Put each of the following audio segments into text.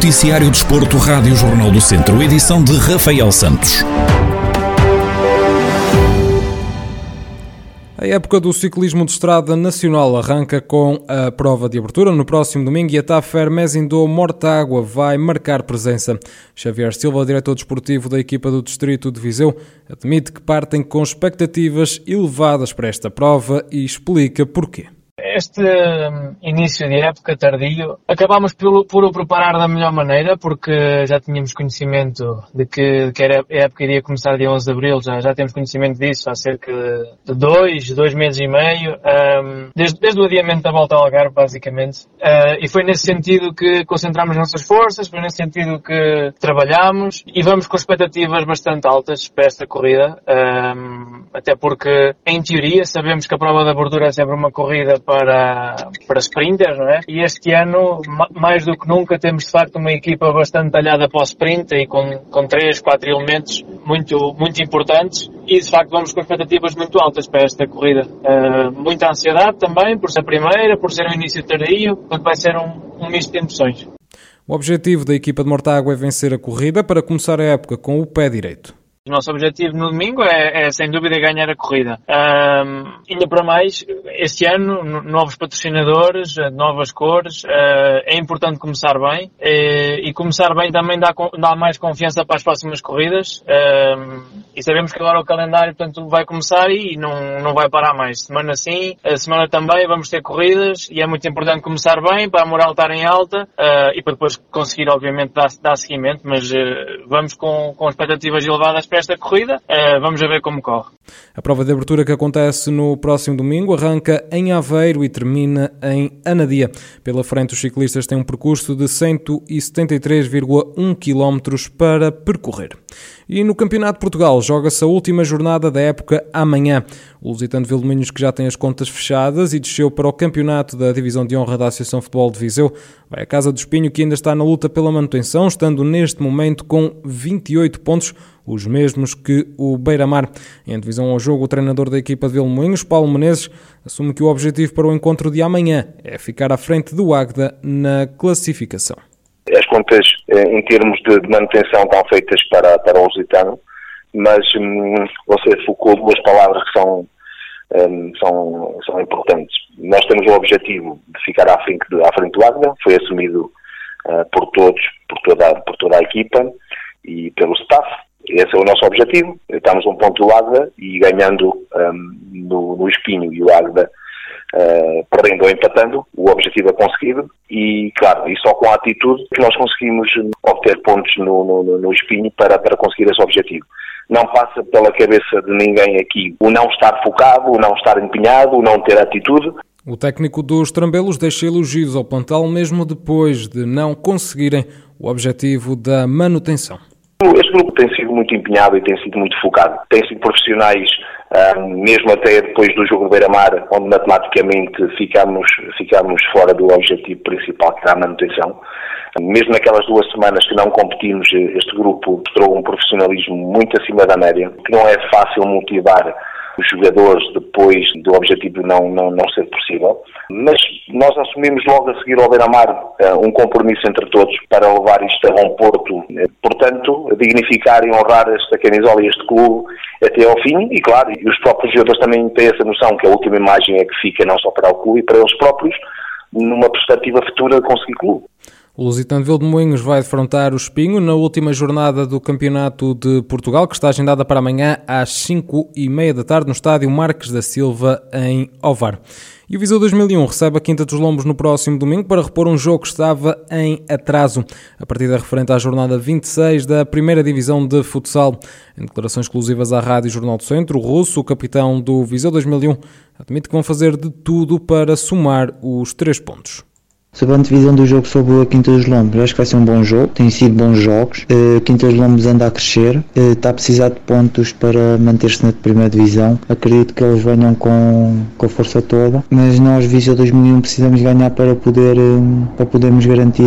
Noticiário Desporto, Rádio Jornal do Centro, edição de Rafael Santos. A época do ciclismo de estrada nacional arranca com a prova de abertura no próximo domingo e a TAF Hermesindô Mortágua vai marcar presença. Xavier Silva, diretor desportivo da equipa do Distrito de Viseu, admite que partem com expectativas elevadas para esta prova e explica porquê. Este início de época tardio, acabámos por o preparar da melhor maneira, porque já tínhamos conhecimento de que a época iria começar dia 11 de Abril, já temos conhecimento disso há cerca de dois meses e meio, desde o adiamento da volta ao Algarve, basicamente. E foi nesse sentido que concentramos nossas forças, foi nesse sentido que trabalhamos e vamos com expectativas bastante altas para esta corrida, até porque, em teoria, sabemos que a prova de abertura é sempre uma corrida para sprinters, não é? E este ano, mais do que nunca, temos de facto uma equipa bastante talhada para o sprint e com 3, 4 elementos muito importantes e de facto vamos com expectativas muito altas para esta corrida. Muita ansiedade também, por ser a primeira, por ser um início tardio, portanto vai ser um misto de emoções. O objetivo da equipa de Mortágua é vencer a corrida para começar a época com o pé direito. O nosso objetivo no domingo é sem dúvida ganhar a corrida. Ainda para mais, este ano, novos patrocinadores, novas cores, é importante começar bem e começar bem também dá mais confiança para as próximas corridas e sabemos que agora o calendário, portanto, vai começar e não vai parar mais. Semana sim, a semana também vamos ter corridas e é muito importante começar bem para a moral estar em alta e para depois conseguir, obviamente, dar seguimento, mas vamos com expectativas elevadas para esta corrida, vamos a ver como corre. A prova de abertura que acontece no próximo domingo arranca em Aveiro e termina em Anadia. Pela frente, os ciclistas têm um percurso de 173,1 km para percorrer. E no Campeonato de Portugal joga-se a última jornada da época amanhã. O Lusitano de Vilmoinhos, que já tem as contas fechadas e desceu para o campeonato da Divisão de Honra da Associação Futebol de Viseu, vai à Casa do Espinho, que ainda está na luta pela manutenção, estando neste momento com 28 pontos, os mesmos que o Beira-Mar. Em divisão ao jogo, o treinador da equipa de Vilmoinhos, Paulo Menezes, assume que o objetivo para o encontro de amanhã é ficar à frente do Águeda na classificação. As contas em termos de manutenção estão feitas para o Lusitano, mas você focou duas palavras que são importantes. Nós temos o objetivo de ficar à frente do Águeda, foi assumido por todos, por toda a equipa e pelo staff. Esse é o nosso objetivo. Estamos a um ponto do Águeda e ganhando no Espinho e o Águeda perdendo ou empatando, o objetivo é conseguido e, claro, e só com a atitude que nós conseguimos obter pontos no Espinho para conseguir esse objetivo. Não passa pela cabeça de ninguém aqui o não estar focado, o não estar empenhado, o não ter atitude. O técnico dos Trambelos deixa elogios ao plantel mesmo depois de não conseguirem o objetivo da manutenção. Este grupo tem sido muito empenhado e tem sido muito focado. Tem sido profissionais, mesmo até depois do jogo do Beira-Mar, onde matematicamente ficámos fora do objetivo principal, que era a manutenção. Mesmo naquelas 2 semanas que não competimos, este grupo mostrou um profissionalismo muito acima da média, que não é fácil motivar os jogadores depois do objetivo não ser possível. Mas nós assumimos logo a seguir ao Beira-Mar um compromisso entre todos para levar isto a bom porto. Portanto, dignificar e honrar esta camisola e este clube até ao fim. E claro, e os próprios jogadores também têm essa noção que a última imagem é que fica não só para o clube e para eles próprios, numa perspectiva futura de conseguir clube. O Lusitano de Vilmoinhos vai defrontar o Espinho na última jornada do Campeonato de Portugal, que está agendada para amanhã às 5h30 da tarde no estádio Marques da Silva, em Ovar. E o Viseu 2001 recebe a Quinta dos Lombos no próximo domingo para repor um jogo que estava em atraso. A partida referente à jornada 26 da primeira divisão de futsal. Em declarações exclusivas à Rádio Jornal do Centro, o Russo, o capitão do Viseu 2001, admite que vão fazer de tudo para somar os 3 pontos. Sobre a antevisão do jogo sobre a Quinta dos Lombos, acho que vai ser um bom jogo, têm sido bons jogos. A Quinta dos Lombos anda a crescer, está a precisar de pontos para manter-se na primeira divisão. Acredito que eles venham com a força toda, mas nós, Viseu 2001, precisamos ganhar para podermos garantir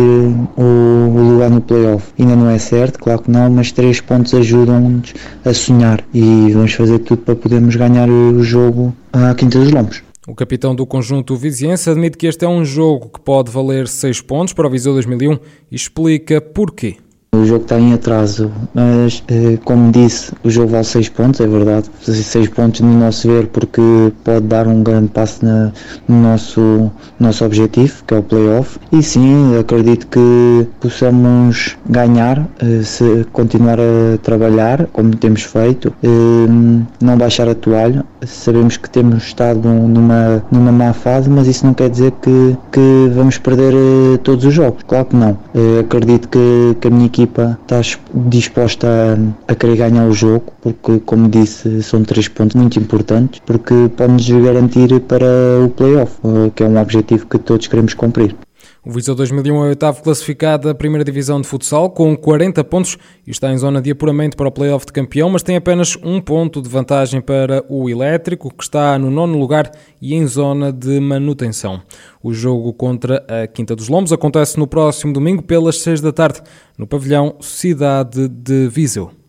o lugar no play-off. Ainda não é certo, claro que não, mas 3 pontos ajudam-nos a sonhar e vamos fazer tudo para podermos ganhar o jogo à Quinta dos Lombos. O capitão do conjunto viziense admite que este é um jogo que pode valer 6 pontos para o Viseu 2001 e explica porquê. O jogo está em atraso, mas como disse, o jogo vale 6 pontos, é verdade, 6 pontos no nosso ver, porque pode dar um grande passo no nosso objetivo, que é o play-off, e sim, acredito que possamos ganhar, se continuar a trabalhar, como temos feito, não baixar a toalha. Sabemos que temos estado numa má fase, mas isso não quer dizer que vamos perder todos os jogos, claro que não. Acredito que a minha equipa está disposta a querer ganhar o jogo, porque, como disse, são 3 pontos muito importantes, porque podem-nos garantir para o play-off, que é um objetivo que todos queremos cumprir. O Viseu 2001 é o oitavo classificado da primeira divisão de futsal, com 40 pontos e está em zona de apuramento para o play-off de campeão, mas tem apenas 1 ponto de vantagem para o Elétrico, que está no 9º lugar e em zona de manutenção. O jogo contra a Quinta dos Lombos acontece no próximo domingo pelas 6 da tarde, no pavilhão Cidade de Viseu.